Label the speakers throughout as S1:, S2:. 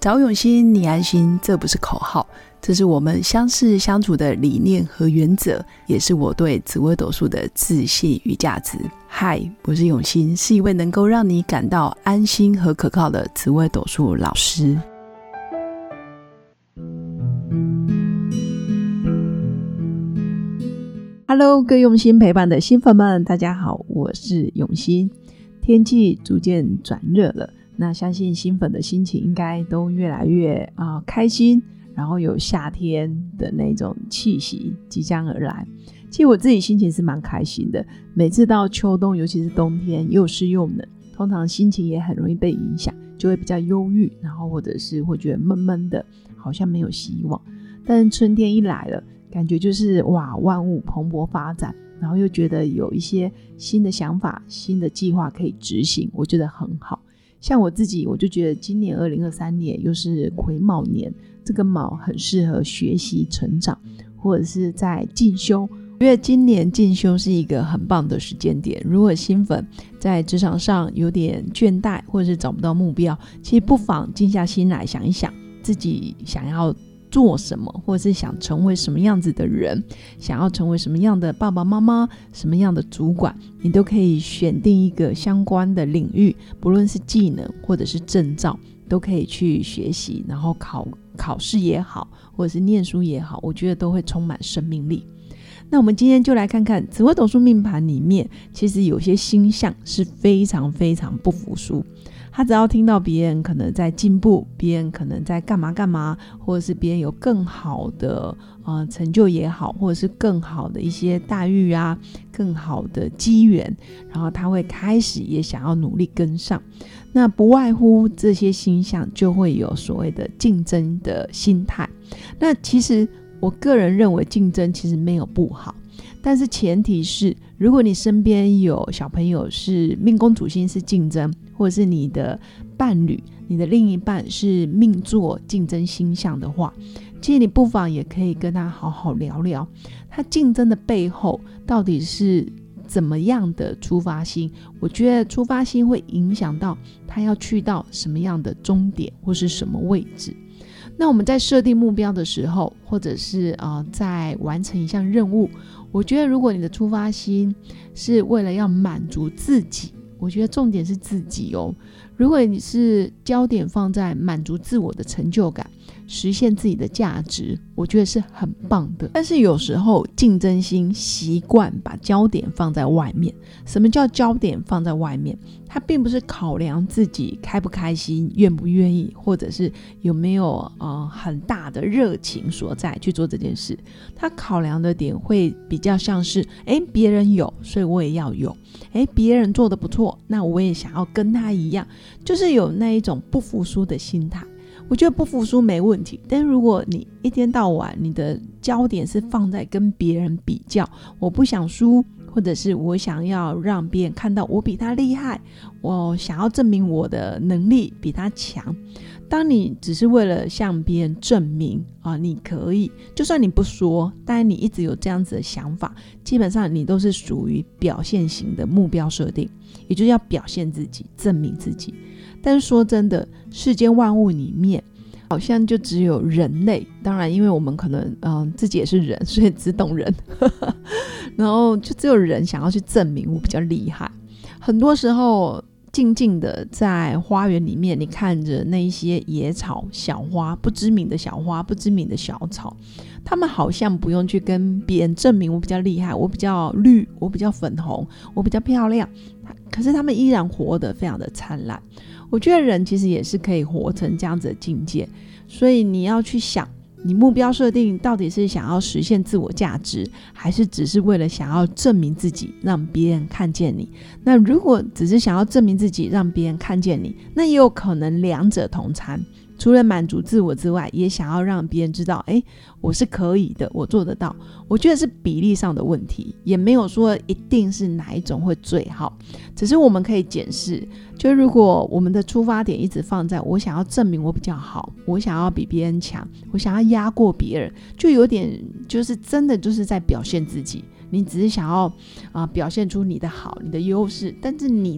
S1: 找永新，你安心，这不是口号，这是我们相识相处的理念和原则，也是我对紫微斗数的自信与价值。嗨，我是永新，是一位能够让你感到安心和可靠的紫微斗数老师。Hello， 各位用心陪伴的新粉们，大家好，我是永新。天气逐渐转热了，那相信新粉的心情应该都越来越开心，然后有夏天的那种气息即将而来。其实我自己心情是蛮开心的，每次到秋冬，尤其是冬天又湿又冷，通常心情也很容易被影响，就会比较忧郁，然后或者是会觉得闷闷的，好像没有希望。但是春天一来了，感觉就是哇，万物蓬勃发展，然后又觉得有一些新的想法、新的计划可以执行，我觉得很好。像我自己，我就觉得今年2023年又是癸卯年，这个卯很适合学习成长，或者是在进修。我觉得今年进修是一个很棒的时间点。如果新粉在职场上有点倦怠，或者是找不到目标，其实不妨静下心来想一想，自己想要做什么，或者是想成为什么样子的人，想要成为什么样的爸爸妈妈，什么样的主管，你都可以选定一个相关的领域，不论是技能或者是证照，都可以去学习，然后考试也好，或者是念书也好，我觉得都会充满生命力。那我们今天就来看看紫微斗数命盘里面，其实有些星象是非常非常不服输。他只要听到别人可能在进步，别人可能在干嘛干嘛，或者是别人有更好的成就也好，或者是更好的一些待遇啊，更好的机缘，然后他会开始也想要努力跟上。那不外乎这些星象就会有所谓的竞争的心态。那其实我个人认为竞争其实没有不好，但是前提是如果你身边有小朋友是命宫主星是竞争，或者是你的伴侣、你的另一半是命座竞争星象的话，其实你不妨也可以跟他好好聊聊，他竞争的背后到底是怎么样的出发心。我觉得出发心会影响到他要去到什么样的终点或是什么位置。那我们在设定目标的时候，或者是在完成一项任务，我觉得如果你的出发心是为了要满足自己，我觉得重点是自己哦。如果你是焦点放在满足自我的成就感，实现自己的价值，我觉得是很棒的。但是有时候竞争心习惯把焦点放在外面。什么叫焦点放在外面？它并不是考量自己开不开心、愿不愿意，或者是有没有很大的热情所在去做这件事。它考量的点会比较像是别人有，所以我也要有。别人做得不错，那我也想要跟他一样，就是有那一种不服输的心态。我觉得不服输没问题，但如果你一天到晚你的焦点是放在跟别人比较，我不想输，或者是我想要让别人看到我比他厉害，我想要证明我的能力比他强。当你只是为了向别人证明你可以，就算你不说，但你一直有这样子的想法，基本上你都是属于表现型的目标设定，也就是要表现自己，证明自己。但是说真的，世间万物里面好像就只有人类，当然因为我们可能自己也是人，所以只懂人然后就只有人想要去证明我比较厉害。很多时候静静的在花园里面，你看着那一些野草、小花，不知名的小花、不知名的小草，他们好像不用去跟别人证明我比较厉害，我比较绿，我比较粉红，我比较漂亮，可是他们依然活得非常的灿烂。我觉得人其实也是可以活成这样子的境界，所以你要去想，你目标设定到底是想要实现自我价值，还是只是为了想要证明自己，让别人看见你？那如果只是想要证明自己，让别人看见你，那也有可能两者同参。除了满足自我之外，也想要让别人知道我是可以的，我做得到。我觉得是比例上的问题，也没有说一定是哪一种会最好，只是我们可以检视，就如果我们的出发点一直放在我想要证明我比较好，我想要比别人强，我想要压过别人，就有点就是真的就是在表现自己。你只是想要表现出你的好，你的优势，但是你的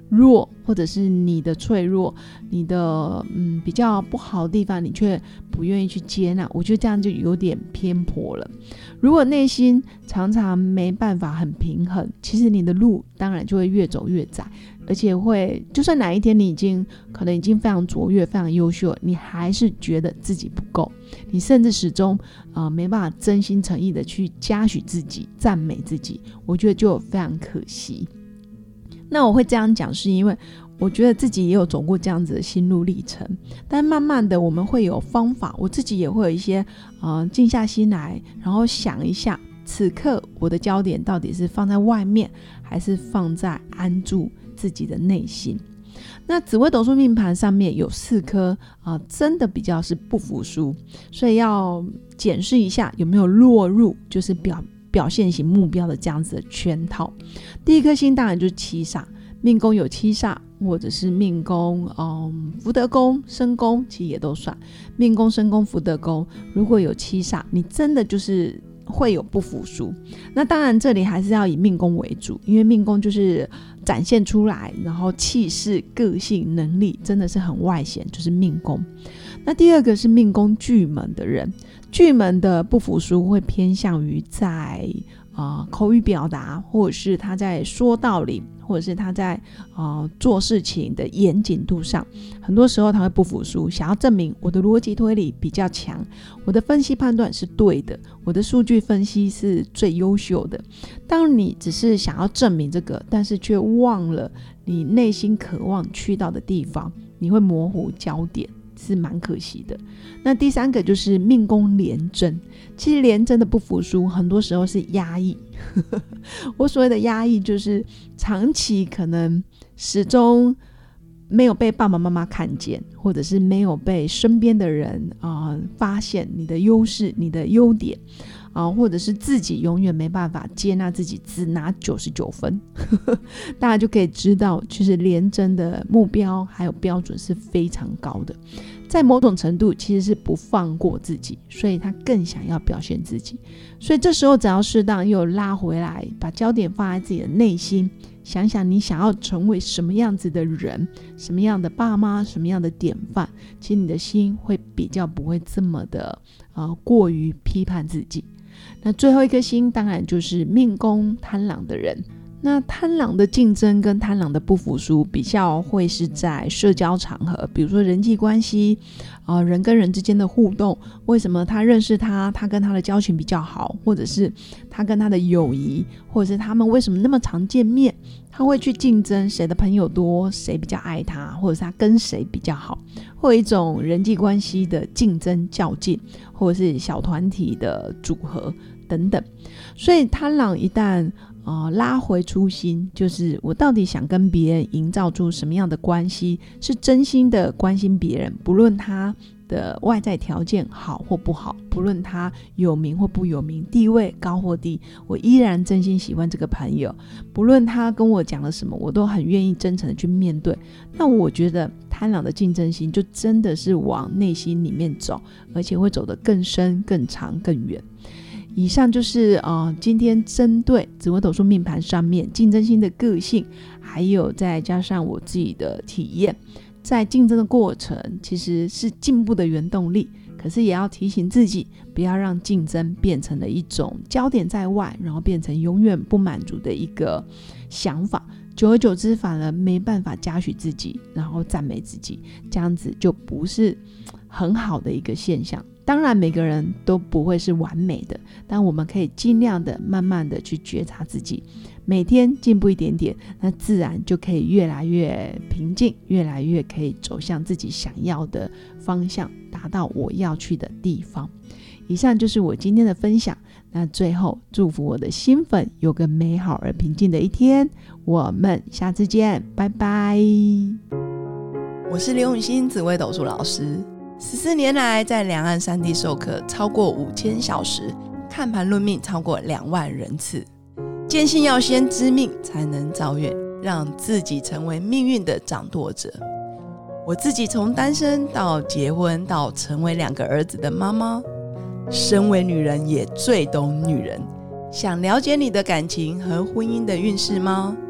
S1: 弱，或者是你的脆弱，你的比较不好的地方，你却不愿意去接纳，我觉得这样就有点偏颇了。如果内心常常没办法很平衡，其实你的路当然就会越走越窄，而且会就算哪一天你可能已经非常卓越非常优秀，你还是觉得自己不够，你甚至始终没办法真心诚意的去嘉许自己赞美自己，我觉得就非常可惜。那我会这样讲是因为我觉得自己也有走过这样子的心路历程，但慢慢的我们会有方法，我自己也会有一些静下心来，然后想一下此刻我的焦点到底是放在外面还是放在安住自己的内心。那紫微斗数命盘上面有4颗真的比较是不服输，所以要检视一下有没有落入就是表现型目标的这样子的圈套。第一颗星当然就是七煞，命宫有七煞，或者是命宫福德宫身宫其实也都算，命宫身宫福德宫如果有七煞，你真的就是会有不服输。那当然这里还是要以命宫为主，因为命宫就是展现出来，然后气势个性能力真的是很外显，就是命宫。那第二个是命宫巨门的人，巨门的不服输会偏向于在口语表达，或者是他在说道理，或者是他在做事情的严谨度上，很多时候他会不服输，想要证明我的逻辑推理比较强，我的分析判断是对的，我的数据分析是最优秀的。当你只是想要证明这个，但是却忘了你内心渴望去到的地方，你会模糊焦点，是蛮可惜的。那第三个就是命宫廉贞，其实廉贞的不服输很多时候是压抑我所谓的压抑就是长期可能始终没有被爸爸妈妈看见，或者是没有被身边的人发现你的优势你的优点或者是自己永远没办法接纳自己只拿99分大家就可以知道其实廉贞的目标还有标准是非常高的，在某种程度其实是不放过自己，所以他更想要表现自己。所以这时候只要适当又拉回来，把焦点放在自己的内心，想想你想要成为什么样子的人，什么样的爸妈，什么样的典范，其实你的心会比较不会这么的过于批判自己。那最后一颗星当然就是命宫贪狼的人，那贪狼的竞争跟贪狼的不服输比较会是在社交场合，比如说人际关系人跟人之间的互动，为什么他认识他跟他的交情比较好，或者是他跟他的友谊，或者是他们为什么那么常见面，他会去竞争谁的朋友多，谁比较爱他，或者是他跟谁比较好，会有一种人际关系的竞争较劲，或者是小团体的组合等等。所以贪狼一旦拉回初心，就是我到底想跟别人营造出什么样的关系，是真心的关心别人，不论他的外在条件好或不好，不论他有名或不有名，地位高或低，我依然真心喜欢这个朋友，不论他跟我讲了什么，我都很愿意真诚的去面对。那我觉得贪狼的竞争心就真的是往内心里面走，而且会走得更深更长更远。以上就是今天针对紫微斗数命盘上面竞争性的个性，还有再加上我自己的体验，在竞争的过程其实是进步的原动力，可是也要提醒自己不要让竞争变成了一种焦点在外，然后变成永远不满足的一个想法，久而久之反而没办法嘉许自己，然后赞美自己，这样子就不是很好的一个现象。当然每个人都不会是完美的，但我们可以尽量的慢慢的去觉察自己，每天进步一点点，那自然就可以越来越平静，越来越可以走向自己想要的方向，达到我要去的地方。以上就是我今天的分享，那最后祝福我的新粉有个美好而平静的一天，我们下次见，拜拜。我是刘永新紫微斗数老师，14年来在两岸3地授课超过5000小时，看盘论命超过2万人次，坚信要先知命才能造运，让自己成为命运的掌舵者。我自己从单身到结婚到成为2个儿子的妈妈，身为女人也最懂女人。想了解你的感情和婚姻的运势吗？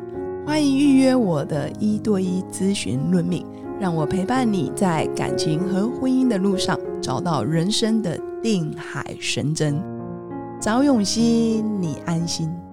S1: 欢迎预约我的1对1咨询论命，让我陪伴你在感情和婚姻的路上找到人生的定海神针。找永熙，你安心。